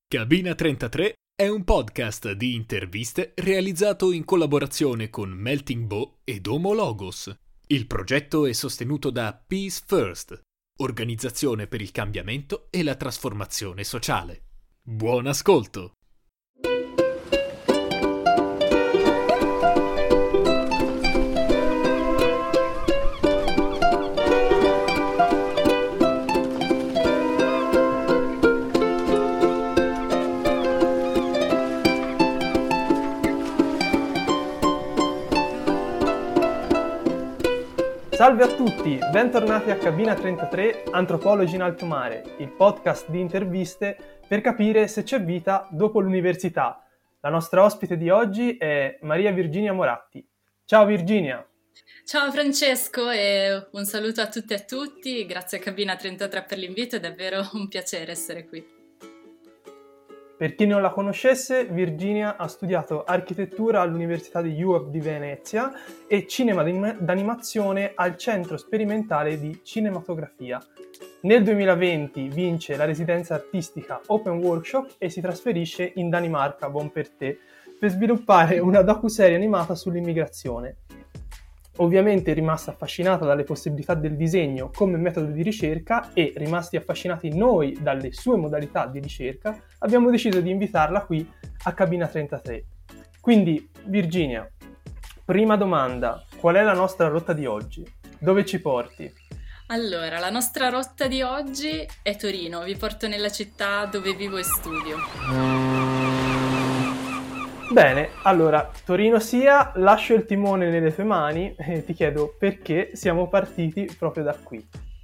Cabina 33 è un podcast di interviste realizzato in collaborazione con Melting Bow ed Homo Logos. Il progetto è sostenuto da Peace First, organizzazione per il cambiamento e la trasformazione sociale. Buon ascolto! Salve a tutti, bentornati a Cabina 33, Antropologi in alto mare, il podcast di interviste per capire se c'è vita dopo l'università. La nostra ospite di oggi è Maria Virginia Moratti. Ciao Virginia! Ciao Francesco e un saluto a tutte e a tutti, grazie a Cabina 33 per l'invito, è davvero un piacere essere qui. Per chi non la conoscesse, Virginia ha studiato architettura all'Università di UOF di Venezia e cinema d'animazione al Centro Sperimentale di Cinematografia. Nel 2020 vince la residenza artistica Open Workshop e si trasferisce in Danimarca, buon per te, per sviluppare una docuserie animata sull'immigrazione. Ovviamente è rimasta affascinata dalle possibilità del disegno come metodo di ricerca e, rimasti affascinati noi dalle sue modalità di ricerca, abbiamo deciso di invitarla qui a Cabina 33. Quindi, Virginia, prima domanda, qual è la nostra rotta di oggi? Dove ci porti? Allora, la nostra rotta di oggi è Torino, vi porto nella città dove vivo e studio. Bene, allora, Torino sia, lascio il timone nelle tue mani e ti chiedo perché siamo partiti proprio da qui.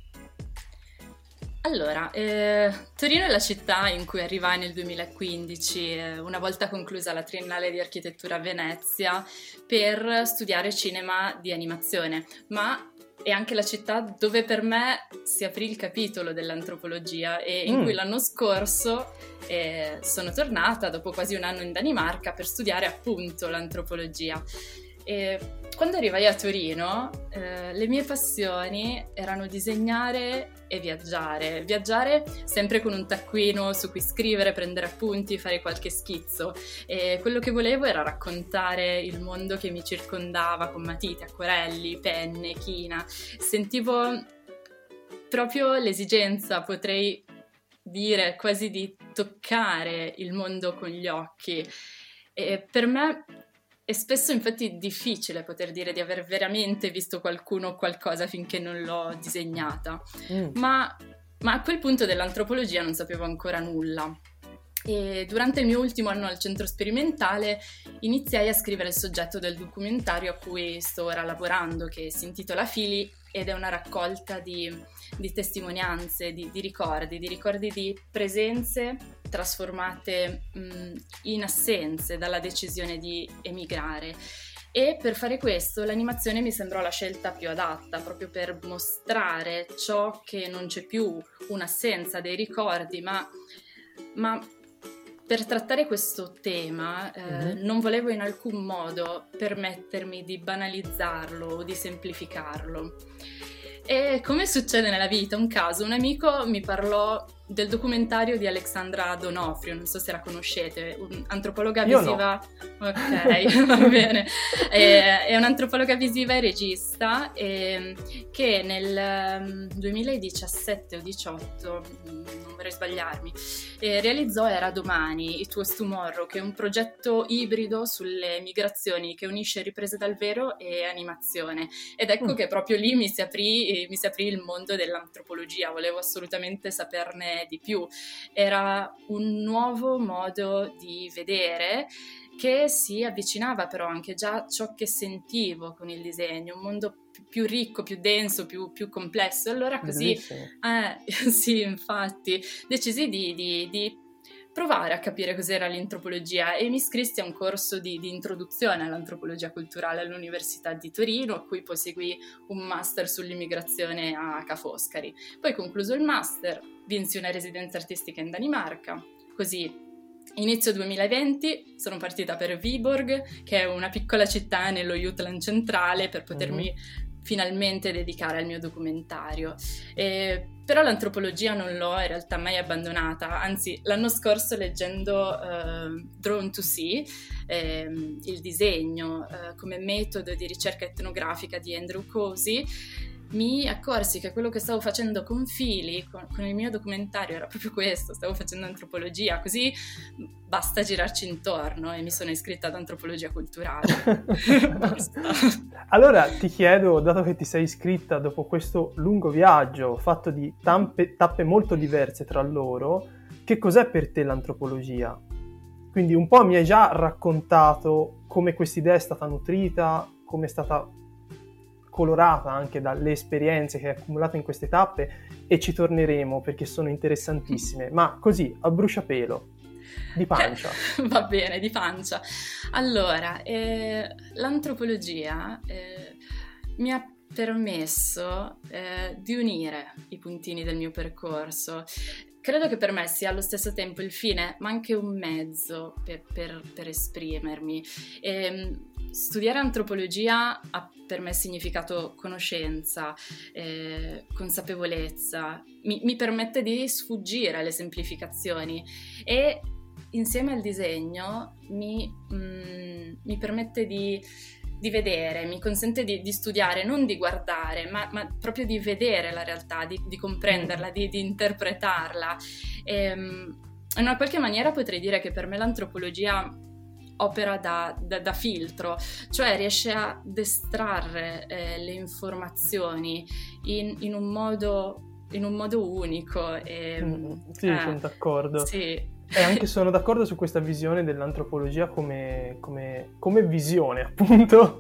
Allora, Torino è la città in cui arrivai nel 2015, una volta conclusa la Triennale di Architettura a Venezia, per studiare cinema di animazione, ma è anche la città dove per me si aprì il capitolo dell'antropologia e in cui l'anno scorso sono tornata dopo quasi un anno in Danimarca per studiare appunto l'antropologia. E quando arrivai a Torino le mie passioni erano disegnare e viaggiare sempre con un taccuino su cui scrivere, prendere appunti, fare qualche schizzo, e quello che volevo era raccontare il mondo che mi circondava con matite, acquarelli, penne, china. Sentivo proprio l'esigenza, potrei dire quasi, di toccare il mondo con gli occhi, e per me è spesso infatti difficile poter dire di aver veramente visto qualcuno o qualcosa finché non l'ho disegnata, ma a quel punto dell'antropologia non sapevo ancora nulla. E durante il mio ultimo anno al centro sperimentale iniziai a scrivere il soggetto del documentario a cui sto ora lavorando, che si intitola Fili ed è una raccolta di testimonianze, di ricordi di presenze trasformate in assenze dalla decisione di emigrare. E per fare questo l'animazione mi sembrò la scelta più adatta, proprio per mostrare ciò che non c'è più, un'assenza dei ricordi, ma per trattare questo tema non volevo in alcun modo permettermi di banalizzarlo o di semplificarlo. E come succede nella vita, un caso, un amico mi parlò del documentario di Alexandra Donofrio, non so se la conoscete, un'antropologa visiva. No. Ok, va bene. È un'antropologa visiva e regista che nel 2017 o 2018, non vorrei sbagliarmi, realizzò Era domani, It Was Tomorrow, che è un progetto ibrido sulle migrazioni che unisce riprese dal vero e animazione. Ed ecco che proprio lì mi si aprì il mondo dell'antropologia, volevo assolutamente saperne di più. Era un nuovo modo di vedere che si avvicinava però anche già a ciò che sentivo con il disegno, un mondo più ricco, più denso, più complesso. Allora così, sì, infatti, decisi di provare a capire cos'era l'antropologia e mi iscrissi a un corso di introduzione all'antropologia culturale all'Università di Torino, a cui poi seguì un master sull'immigrazione a Ca' Foscari. Poi concluso il master, vinsi una residenza artistica in Danimarca, così inizio 2020 sono partita per Viborg, che è una piccola città nello Jutland centrale, per potermi finalmente dedicare al mio documentario. Però l'antropologia non l'ho in realtà mai abbandonata, anzi l'anno scorso leggendo Drawn to See, il disegno come metodo di ricerca etnografica di Andrew Cozy, mi accorsi che quello che stavo facendo con Fili, con il mio documentario, era proprio questo: stavo facendo antropologia, così basta girarci intorno, e mi sono iscritta ad antropologia culturale. Basta. Allora ti chiedo, dato che ti sei iscritta dopo questo lungo viaggio fatto di tappe molto diverse tra loro, che cos'è per te l'antropologia? Quindi un po' mi hai già raccontato come quest'idea è stata nutrita, come è stata colorata anche dalle esperienze che hai accumulato in queste tappe, e ci torneremo perché sono interessantissime, ma così, a bruciapelo, di pancia. Va bene, di pancia. Allora, l'antropologia mi ha permesso di unire i puntini del mio percorso. Credo che per me sia allo stesso tempo il fine, ma anche un mezzo per esprimermi. Studiare antropologia ha per me significato conoscenza, consapevolezza, mi permette di sfuggire alle semplificazioni, e insieme al disegno mi permette di vedere, mi consente di studiare, non di guardare, ma proprio di vedere la realtà, di comprenderla, di interpretarla. In una qualche maniera potrei dire che per me l'antropologia opera da filtro, cioè riesce ad estrarre le informazioni in un modo unico. Sì, sono d'accordo. Sì. E anche sono d'accordo su questa visione dell'antropologia come visione, appunto.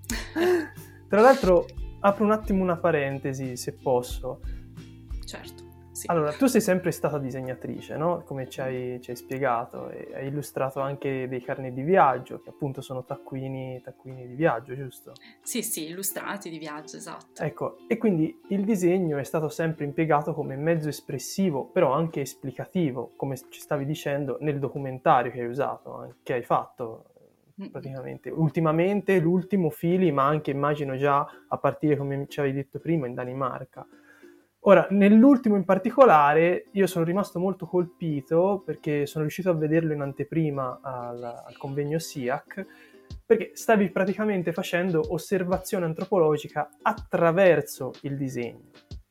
Tra l'altro, apro un attimo una parentesi, se posso. Certo. Sì. Allora, tu sei sempre stata disegnatrice, no? Come ci hai spiegato, e hai illustrato anche dei carni di viaggio, che appunto sono taccuini di viaggio, giusto? Sì, illustrati di viaggio, esatto. Ecco, e quindi il disegno è stato sempre impiegato come mezzo espressivo, però anche esplicativo, come ci stavi dicendo nel documentario che hai usato, che hai fatto praticamente ultimamente, l'ultimo Fili, ma anche immagino già a partire, come ci avevi detto prima, in Danimarca. Ora, nell'ultimo in particolare, io sono rimasto molto colpito perché sono riuscito a vederlo in anteprima al convegno SIAC, perché stavi praticamente facendo osservazione antropologica attraverso il disegno.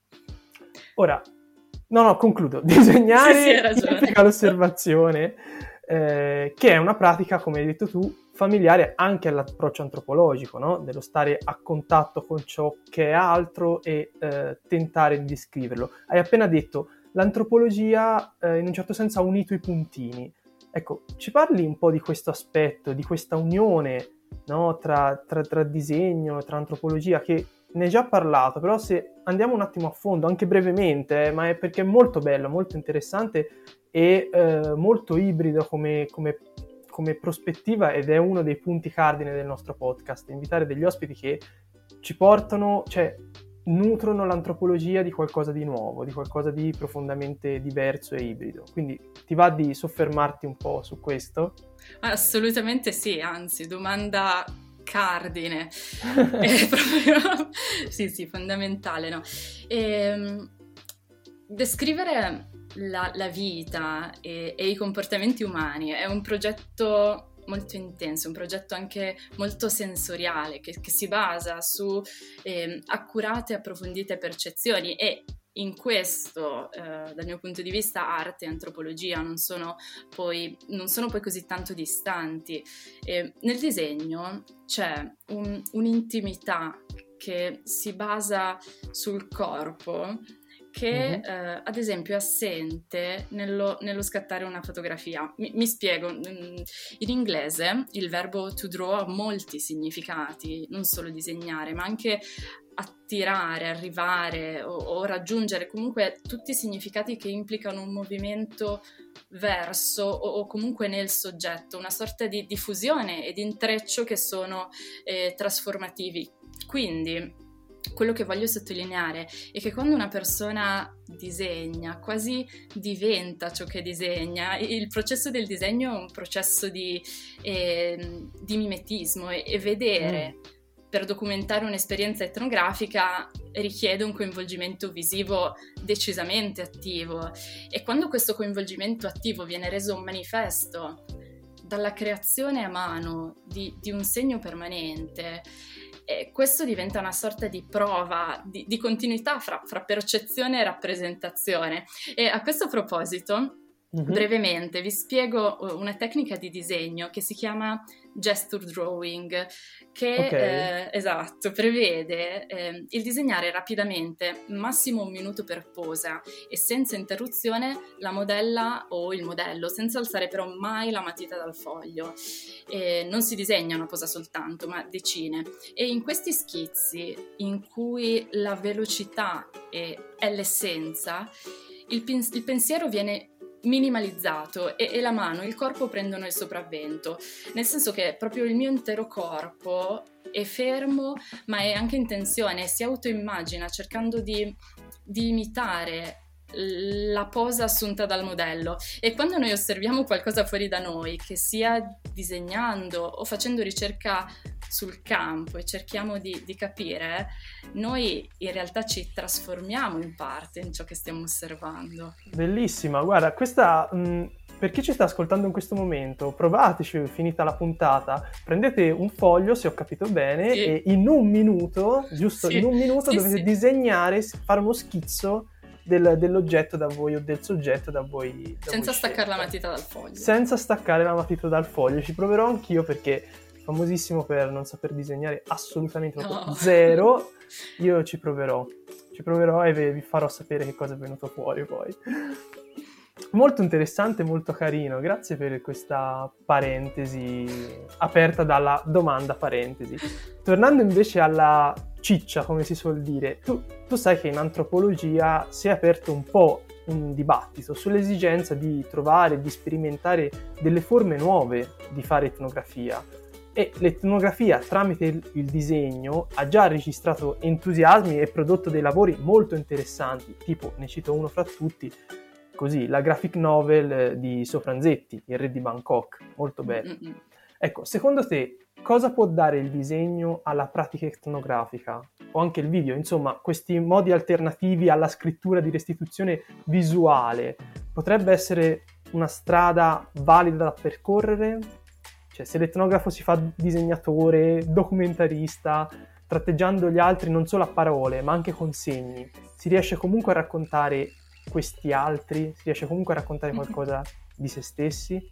Ora, concludo. Disegnare implica l'osservazione, che è una pratica, come hai detto tu, familiare anche all'approccio antropologico, no? Dello stare a contatto con ciò che è altro e tentare di descriverlo. Hai appena detto, l'antropologia in un certo senso ha unito i puntini. Ecco, ci parli un po' di questo aspetto, di questa unione, no? tra disegno, tra antropologia, che ne hai già parlato, però se andiamo un attimo a fondo, anche brevemente, ma è perché è molto bello, molto interessante e molto ibrido come prospettiva, ed è uno dei punti cardine del nostro podcast, invitare degli ospiti che ci portano, cioè nutrono l'antropologia di qualcosa di nuovo, di qualcosa di profondamente diverso e ibrido. Quindi ti va di soffermarti un po' su questo? Assolutamente sì, anzi, domanda cardine. È proprio sì, fondamentale, no? Descrivere la vita e i comportamenti umani è un progetto molto intenso, un progetto anche molto sensoriale che si basa su accurate e approfondite percezioni, e in questo, dal mio punto di vista, arte e antropologia non sono poi così tanto distanti. Nel disegno c'è un'intimità che si basa sul corpo, che ad esempio è assente nello scattare una fotografia. Mi spiego, in inglese il verbo to draw ha molti significati, non solo disegnare, ma anche attirare, arrivare o raggiungere, comunque tutti significati che implicano un movimento verso o comunque nel soggetto, una sorta di diffusione e di intreccio che sono trasformativi. Quindi quello che voglio sottolineare è che quando una persona disegna, quasi diventa ciò che disegna. Il processo del disegno è un processo di mimetismo, e vedere per documentare un'esperienza etnografica richiede un coinvolgimento visivo decisamente attivo, e quando questo coinvolgimento attivo viene reso manifesto dalla creazione a mano di un segno permanente, questo diventa una sorta di prova di continuità fra percezione e rappresentazione. E a questo proposito, brevemente vi spiego una tecnica di disegno che si chiama gesture drawing, che esatto, prevede il disegnare rapidamente, massimo 1 minuto per posa, e senza interruzione la modella o il modello, senza alzare però mai la matita dal foglio. Non si disegna una posa soltanto, ma decine. E in questi schizzi, in cui la velocità è l'essenza, il pensiero viene minimalizzato e la mano e il corpo prendono il sopravvento, nel senso che proprio il mio intero corpo è fermo ma è anche in tensione, si autoimmagina cercando di imitare la posa assunta dal modello. E quando noi osserviamo qualcosa fuori da noi, che sia disegnando o facendo ricerca sul campo, e cerchiamo di capire, noi in realtà ci trasformiamo in parte in ciò che stiamo osservando. Bellissima, guarda, questa per chi ci sta ascoltando in questo momento, provateci, finita la puntata, prendete un foglio, se ho capito bene, sì, e in 1 minuto, giusto, sì, in 1 minuto sì, dovete disegnare, fare uno schizzo dell'oggetto da voi, o del soggetto da voi senza staccare la scelto. matita dal foglio. Senza staccare la matita dal foglio. Ci proverò anch'io, perché famosissimo per non saper disegnare assolutamente zero. Io ci proverò e vi farò sapere che cosa è venuto fuori poi. Molto interessante, molto carino, grazie per questa parentesi aperta dalla domanda parentesi. Tornando invece alla ciccia, come si suol dire, tu sai che in antropologia si è aperto un po' un dibattito sull'esigenza di trovare, di sperimentare delle forme nuove di fare etnografia, e l'etnografia tramite il disegno ha già registrato entusiasmi e prodotto dei lavori molto interessanti, tipo, ne cito uno fra tutti, così, la graphic novel di Sofranzetti, Il re di Bangkok, molto bello. Ecco, secondo te cosa può dare il disegno alla pratica etnografica, o anche il video, insomma, questi modi alternativi alla scrittura di restituzione visuale? Potrebbe essere una strada valida da percorrere? Cioè, se l'etnografo si fa disegnatore, documentarista, tratteggiando gli altri non solo a parole, ma anche con segni, si riesce comunque a raccontare questi altri? Si riesce comunque a raccontare qualcosa di se stessi?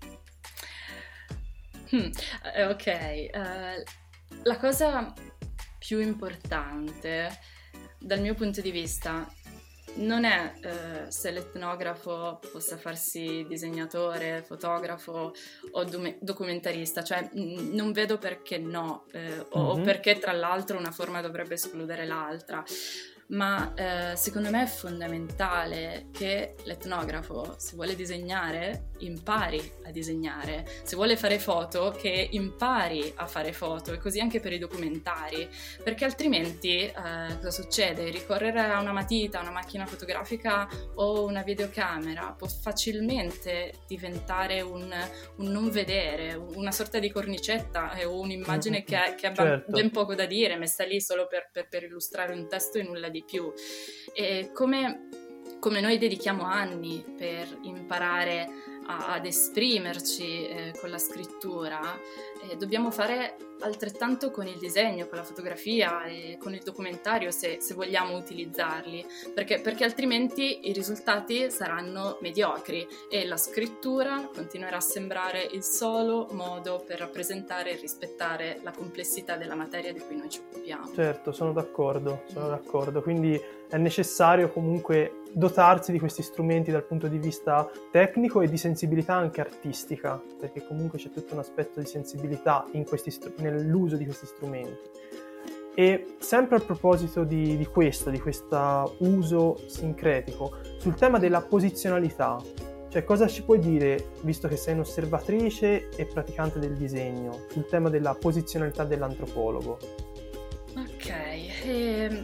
La cosa più importante dal mio punto di vista non è se l'etnografo possa farsi disegnatore, fotografo o documentarista, cioè non vedo perché no, o perché tra l'altro una forma dovrebbe escludere l'altra. Ma secondo me è fondamentale che l'etnografo, se vuole disegnare, impari a disegnare, se vuole fare foto, che impari a fare foto, e così anche per i documentari, perché altrimenti cosa succede? Ricorrere a una matita, una macchina fotografica o una videocamera può facilmente diventare un non vedere, una sorta di cornicetta o un'immagine che ha ben poco da dire, messa lì solo per illustrare un testo e nulla di più. E come noi dedichiamo anni per imparare ad esprimerci con la scrittura, dobbiamo fare altrettanto con il disegno, con la fotografia e con il documentario, se vogliamo utilizzarli, perché altrimenti i risultati saranno mediocri e la scrittura continuerà a sembrare il solo modo per rappresentare e rispettare la complessità della materia di cui noi ci occupiamo. Certo, sono d'accordo, quindi è necessario comunque dotarsi di questi strumenti dal punto di vista tecnico e di sensibilità anche artistica, perché comunque c'è tutto un aspetto di sensibilità nell'uso di questi strumenti. E sempre a proposito di questo uso sincretico, sul tema della posizionalità, cioè cosa ci puoi dire, visto che sei un'osservatrice e praticante del disegno, sul tema della posizionalità dell'antropologo?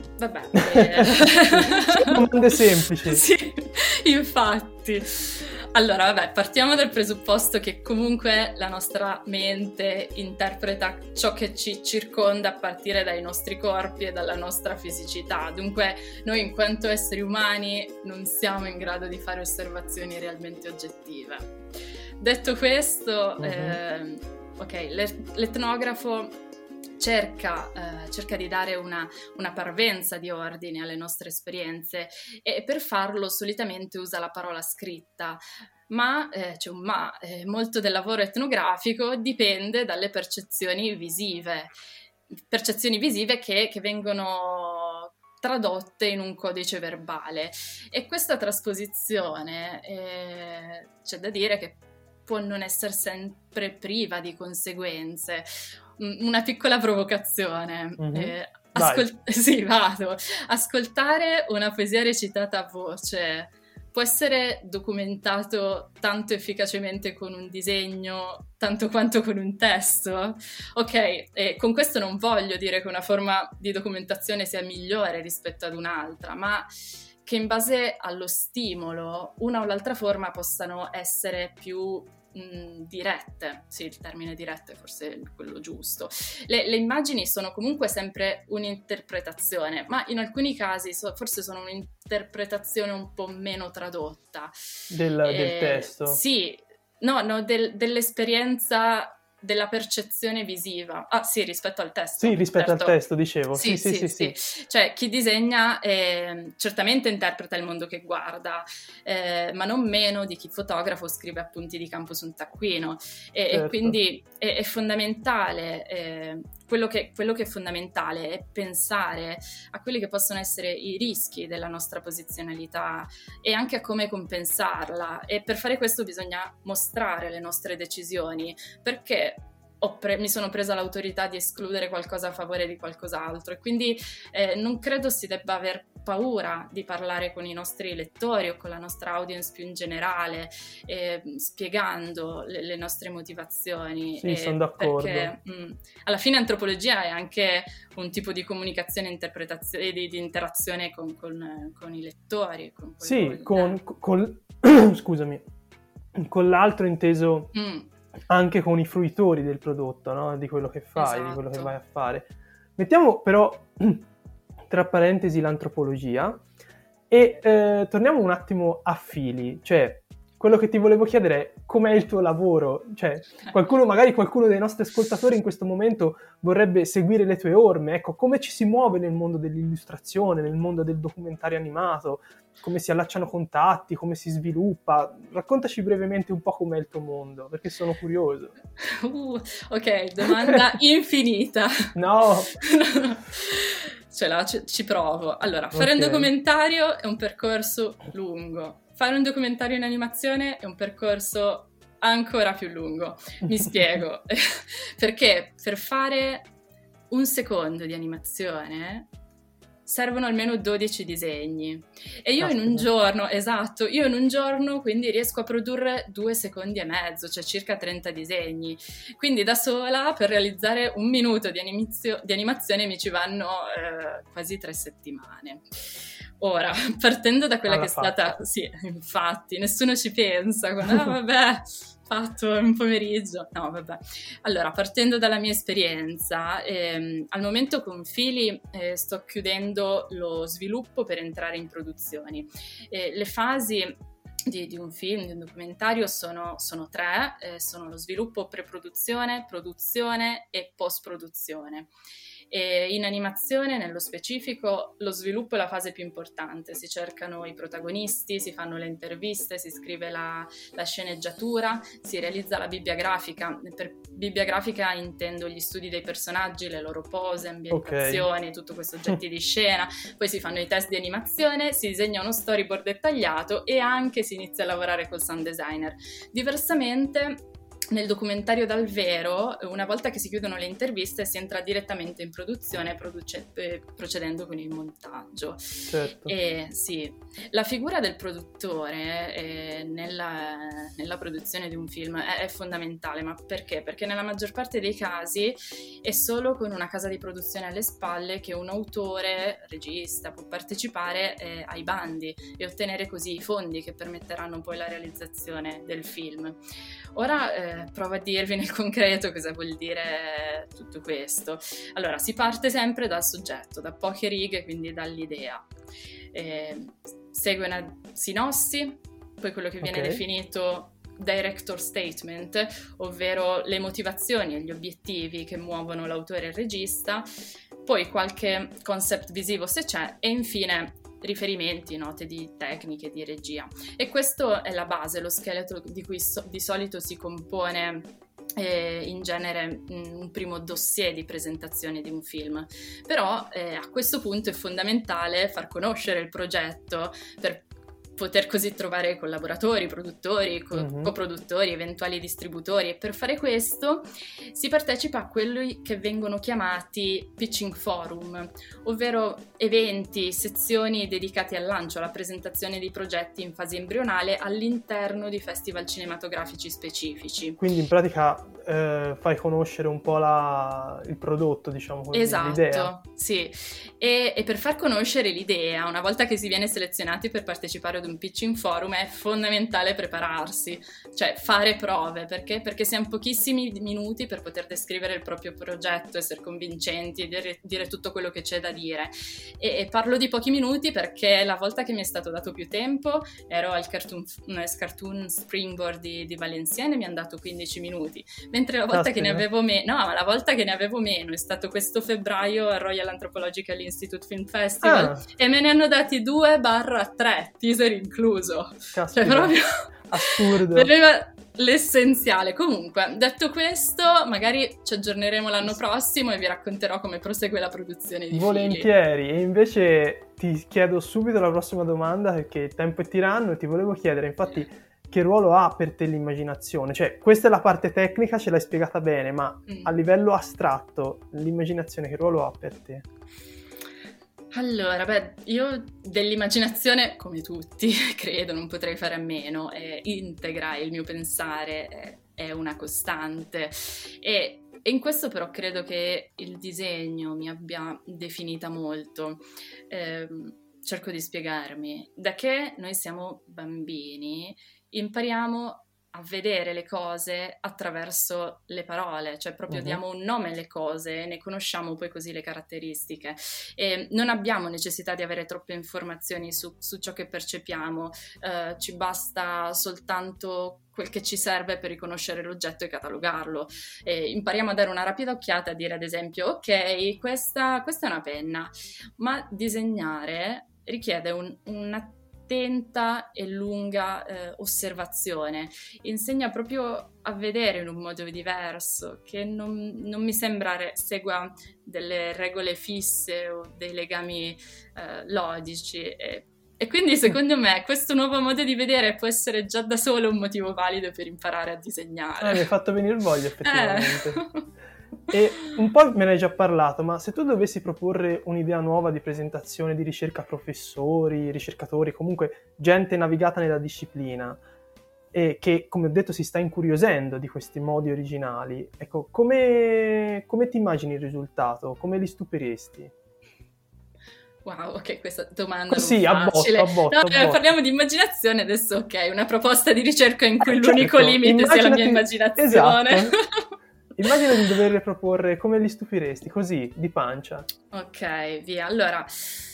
Vabbè. Domande semplici. Sì, infatti. Allora, vabbè, partiamo dal presupposto che comunque la nostra mente interpreta ciò che ci circonda a partire dai nostri corpi e dalla nostra fisicità. Dunque, noi in quanto esseri umani non siamo in grado di fare osservazioni realmente oggettive. Detto questo, l'etnografo cerca di dare una parvenza di ordine alle nostre esperienze e per farlo solitamente usa la parola scritta, ma c'è un ma, molto del lavoro etnografico dipende dalle percezioni visive che vengono tradotte in un codice verbale, e questa trasposizione c'è da dire che può non essere sempre priva di conseguenze. Una piccola provocazione. Sì, vado. Ascoltare una poesia recitata a voce può essere documentato tanto efficacemente con un disegno, tanto quanto con un testo. Ok, con questo non voglio dire che una forma di documentazione sia migliore rispetto ad un'altra, ma che in base allo stimolo una o l'altra forma possano essere più dirette. Sì, il termine dirette è forse quello giusto. Le immagini sono comunque sempre un'interpretazione, ma in alcuni casi forse sono un'interpretazione un po' meno tradotta del testo. Sì, no, dell'esperienza, della percezione visiva. Ah sì, rispetto al testo. Sì, rispetto certo. al testo, dicevo. Sì. Cioè, chi disegna certamente interpreta il mondo che guarda, ma non meno di chi fotografa o scrive appunti di campo su un taccuino. Certo. E quindi è fondamentale, quello che è fondamentale è pensare a quelli che possono essere i rischi della nostra posizionalità e anche a come compensarla, e per fare questo bisogna mostrare le nostre decisioni, perché mi sono presa l'autorità di escludere qualcosa a favore di qualcos'altro, e quindi non credo si debba aver paura di parlare con i nostri lettori o con la nostra audience più in generale, spiegando le nostre motivazioni. Sì, sono d'accordo. Perché alla fine antropologia è anche un tipo di comunicazione, interpretazione, di interazione con i lettori. Sì, scusami, con l'altro inteso anche con i fruitori del prodotto, no? Di quello che fai, esatto, di quello che vai a fare. Mettiamo però tra parentesi l'antropologia e torniamo un attimo a fili, cioè quello che ti volevo chiedere è com'è il tuo lavoro, cioè magari qualcuno dei nostri ascoltatori in questo momento vorrebbe seguire le tue orme, ecco, come ci si muove nel mondo dell'illustrazione, nel mondo del documentario animato, come si allacciano contatti, come si sviluppa, raccontaci brevemente un po' com'è il tuo mondo, perché sono curioso. Ok, domanda infinita. No! Ci provo. Allora, fare un documentario è un percorso lungo. Fare un documentario in animazione è un percorso ancora più lungo. Mi spiego. Perché per fare un secondo di animazione servono almeno 12 disegni. E io in un giorno quindi riesco a produrre 2 secondi e mezzo, cioè circa 30 disegni. Quindi da sola per realizzare un minuto di animazione mi ci vanno quasi 3 settimane. Ora, partendo da quella che è stata... Sì, infatti, nessuno ci pensa. Vabbè, fatto un pomeriggio. No, vabbè. Allora, partendo dalla mia esperienza, al momento con Fili sto chiudendo lo sviluppo per entrare in produzioni. Le fasi di un film, di un documentario sono 3, sono lo sviluppo, preproduzione, produzione e post-produzione. E in animazione, nello specifico, lo sviluppo è la fase più importante. Si cercano i protagonisti, si fanno le interviste, si scrive la sceneggiatura, si realizza la bibbia grafica. Per bibbia grafica intendo gli studi dei personaggi, le loro pose, ambientazioni, tutto questo oggetti di scena. Poi si fanno i test di animazione, si disegna uno storyboard dettagliato e anche si inizia a lavorare col sound designer. Diversamente nel documentario dal vero, una volta che si chiudono le interviste, si entra direttamente in produzione procedendo con il montaggio. Certo. E sì, la figura del produttore nella produzione di un film è fondamentale, ma perché? Perché nella maggior parte dei casi è solo con una casa di produzione alle spalle che un autore, regista, può partecipare ai bandi e ottenere così i fondi che permetteranno poi la realizzazione del film. Ora provo a dirvi nel concreto cosa vuol dire tutto questo. Allora, si parte sempre dal soggetto, da poche righe, quindi dall'idea. Segue una sinossi, poi quello che viene definito director statement, ovvero le motivazioni e gli obiettivi che muovono l'autore e il regista, poi qualche concept visivo se c'è, e infine riferimenti, note di tecniche di regia. E questo è la base, lo scheletro di cui di solito si compone in genere un primo dossier di presentazione di un film. Però a questo punto è fondamentale far conoscere il progetto per poter così trovare collaboratori, produttori, coproduttori, eventuali distributori, e per fare questo si partecipa a quelli che vengono chiamati pitching forum, ovvero eventi, sezioni dedicati al lancio, alla presentazione di progetti in fase embrionale all'interno di festival cinematografici specifici. Quindi in pratica fai conoscere un po' il prodotto, diciamo così, esatto, l'idea. Sì. E per far conoscere l'idea, una volta che si viene selezionati per partecipare ad un pitching forum, è fondamentale prepararsi, cioè fare prove. Perché si hanno pochissimi minuti per poter descrivere il proprio progetto, essere convincenti e dire tutto quello che c'è da dire. E parlo di pochi minuti perché la volta che mi è stato dato più tempo ero al Cartoon Springboard di Valenciennes e mi hanno dato 15 minuti, mentre la volta che ne avevo meno è stato questo febbraio al Royal Anthropological Institute Film Festival e me ne hanno dati 2/3, teaser incluso. Caspita, cioè proprio assurdo. Vedeva l'essenziale. Comunque, detto questo, magari ci aggiorneremo l'anno prossimo e vi racconterò come prosegue la produzione di Volentieri. E invece ti chiedo subito la prossima domanda, perché il tempo è tiranno, e ti volevo chiedere infatti che ruolo ha per te l'immaginazione? Cioè, questa è la parte tecnica, ce l'hai spiegata bene, ma a livello astratto l'immaginazione che ruolo ha per te? Allora, io dell'immaginazione, come tutti, credo, non potrei fare a meno, integra il mio pensare, è una costante. E in questo però credo che il disegno mi abbia definita molto. Cerco di spiegarmi. Da che noi siamo bambini, impariamo a vedere le cose attraverso le parole, cioè proprio diamo un nome alle cose, ne conosciamo poi così le caratteristiche e non abbiamo necessità di avere troppe informazioni su ciò che percepiamo, ci basta soltanto quel che ci serve per riconoscere l'oggetto e catalogarlo. Impariamo a dare una rapida occhiata, a dire ad esempio ok, questa è una penna, ma disegnare richiede un'attenta e lunga osservazione, insegna proprio a vedere in un modo diverso, che non mi sembra segua delle regole fisse o dei legami logici. E quindi secondo me questo nuovo modo di vedere può essere già da solo un motivo valido per imparare a disegnare. Mi hai fatto venire voglia effettivamente. E un po' me ne hai già parlato, ma se tu dovessi proporre un'idea nuova di presentazione di ricerca a professori, ricercatori, comunque gente navigata nella disciplina e che, come ho detto, si sta incuriosendo di questi modi originali, ecco, come ti immagini il risultato? Come li stupiresti? Wow, ok, questa domanda così, non facile. A botto. Parliamo di immaginazione, adesso ok, una proposta di ricerca in cui l'unico limite sia la mia immaginazione. Esatto. Immagina di doverle proporre, come li stupiresti, così, di pancia. Ok, via. Allora,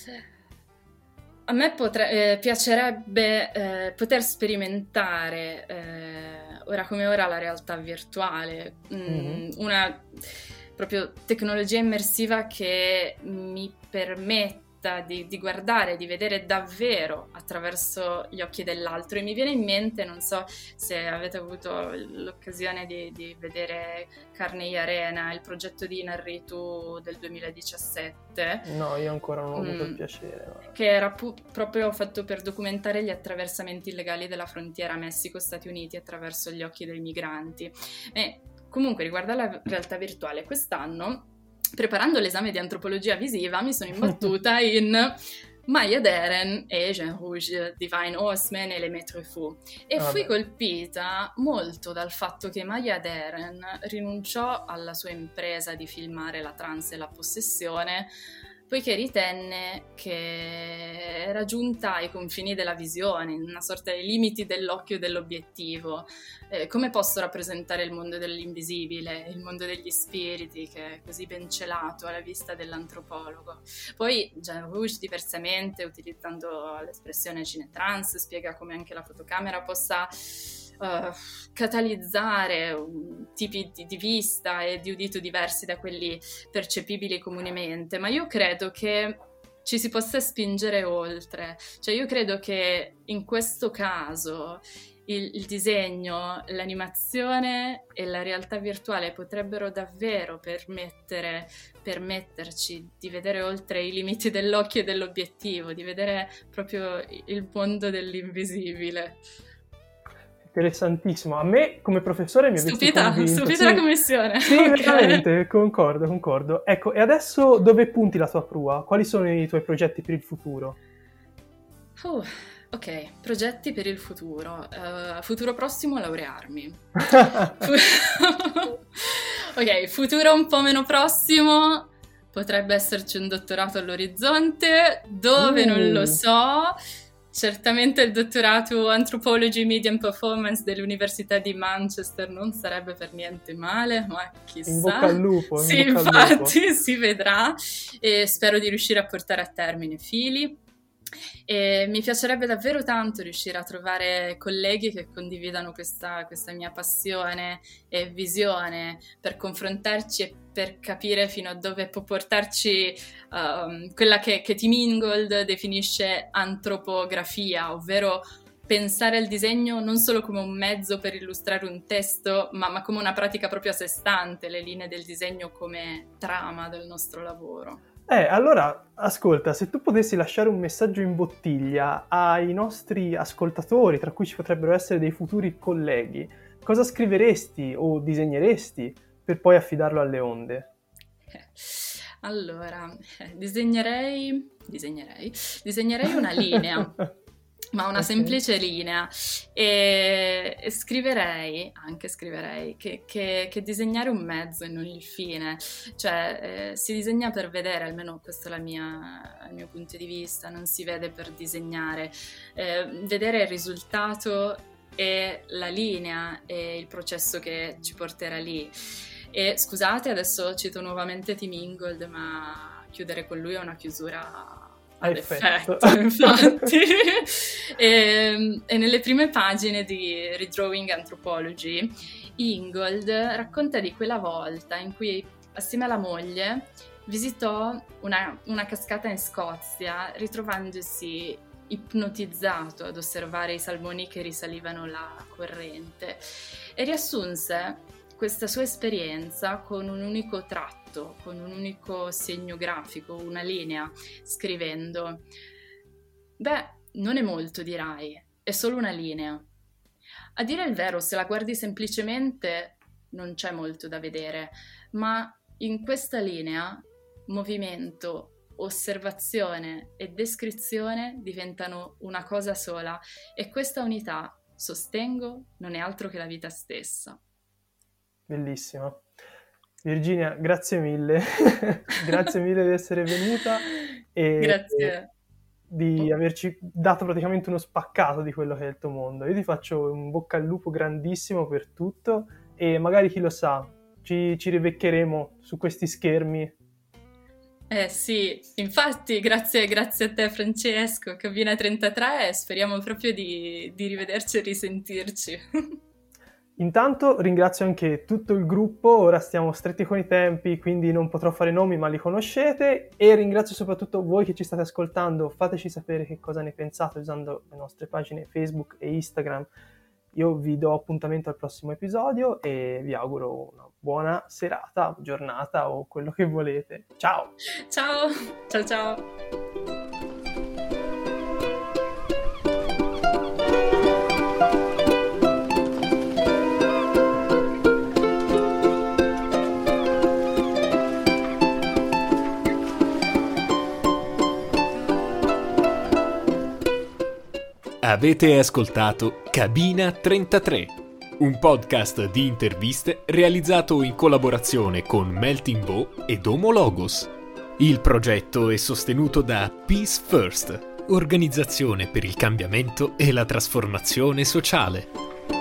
a me piacerebbe poter sperimentare, ora come ora, la realtà virtuale, una proprio tecnologia immersiva che mi permetta possibilità di guardare, di vedere davvero attraverso gli occhi dell'altro. E mi viene in mente, non so se avete avuto l'occasione di vedere Carne e Arena, il progetto di Inarritu del 2017. No, io ancora non ho avuto il piacere. Che era proprio fatto per documentare gli attraversamenti illegali della frontiera Messico-Stati Uniti attraverso gli occhi dei migranti. E comunque, riguardo alla realtà virtuale, quest'anno, preparando l'esame di antropologia visiva, mi sono imbattuta in Maya Deren e Jean Rouge, Divine Horseman e Les Maîtres Fous. E fui colpita molto dal fatto che Maya Deren rinunciò alla sua impresa di filmare la trance e la possessione, poiché ritenne che era giunta ai confini della visione, in una sorta di limiti dell'occhio e dell'obiettivo. Come posso rappresentare il mondo dell'invisibile, il mondo degli spiriti, che è così ben celato alla vista dell'antropologo? Poi Jean Rouge, diversamente, utilizzando l'espressione cinetrans, spiega come anche la fotocamera possa catalizzare tipi di vista e di udito diversi da quelli percepibili comunemente, ma io credo che ci si possa spingere oltre. Cioè, io credo che in questo caso il disegno, l'animazione e la realtà virtuale potrebbero davvero permetterci di vedere oltre i limiti dell'occhio e dell'obiettivo, di vedere proprio il mondo dell'invisibile. Interessantissimo. A me come professore mi avete convinto. Stupita la commissione. Sì, okay. Veramente, concordo. Ecco, e adesso dove punti la tua prua? Quali sono i tuoi progetti per il futuro? Ok, progetti per il futuro. Futuro prossimo, laurearmi. Ok, futuro un po' meno prossimo, potrebbe esserci un dottorato all'orizzonte, dove non lo so. Certamente il dottorato Anthropology Media and Performance dell'Università di Manchester non sarebbe per niente male, ma chissà. In bocca al lupo. Sì, infatti, si vedrà, e spero di riuscire a portare a termine fili. E mi piacerebbe davvero tanto riuscire a trovare colleghi che condividano questa mia passione e visione, per confrontarci e per capire fino a dove può portarci quella che Tim Ingold definisce antropografia, ovvero pensare al disegno non solo come un mezzo per illustrare un testo, ma come una pratica proprio a sé stante, le linee del disegno come trama del nostro lavoro. Allora, ascolta, se tu potessi lasciare un messaggio in bottiglia ai nostri ascoltatori, tra cui ci potrebbero essere dei futuri colleghi, cosa scriveresti o disegneresti per poi affidarlo alle onde? Allora, disegnerei una linea, ma una semplice linea, e scriverei che disegnare un mezzo e non il fine, cioè si disegna per vedere, almeno questo è il mio punto di vista, non si vede per disegnare, vedere il risultato e la linea e il processo che ci porterà lì. E scusate, adesso cito nuovamente Tim Ingold, ma chiudere con lui è una chiusura ad effetto, infatti. E nelle prime pagine di Redrawing Anthropology, Ingold racconta di quella volta in cui, assieme alla moglie, visitò una cascata in Scozia, ritrovandosi ipnotizzato ad osservare i salmoni che risalivano la corrente, e riassunse questa sua esperienza con un unico tratto, con un unico segno grafico, una linea, scrivendo: beh, non è molto, dirai, è solo una linea. A dire il vero, se la guardi semplicemente, non c'è molto da vedere, ma in questa linea, movimento, osservazione e descrizione diventano una cosa sola, e questa unità, sostengo, non è altro che la vita stessa. Bellissima. Virginia, grazie mille. Grazie mille di essere venuta e grazie di averci dato praticamente uno spaccato di quello che è il tuo mondo. Io ti faccio un bocca al lupo grandissimo per tutto, e magari, chi lo sa, ci ribeccheremo su questi schermi. Sì, infatti, grazie a te Francesco, Cabina 33, e speriamo proprio di rivederci e risentirci. Intanto ringrazio anche tutto il gruppo, ora stiamo stretti con i tempi, quindi non potrò fare nomi, ma li conoscete, e ringrazio soprattutto voi che ci state ascoltando. Fateci sapere che cosa ne pensate usando le nostre pagine Facebook e Instagram. Io vi do appuntamento al prossimo episodio e vi auguro una buona serata, giornata o quello che volete. Ciao! Ciao! Ciao ciao! Avete ascoltato Cabina 33, un podcast di interviste realizzato in collaborazione con Melting Bow ed Homologos. Il progetto è sostenuto da Peace First, organizzazione per il cambiamento e la trasformazione sociale.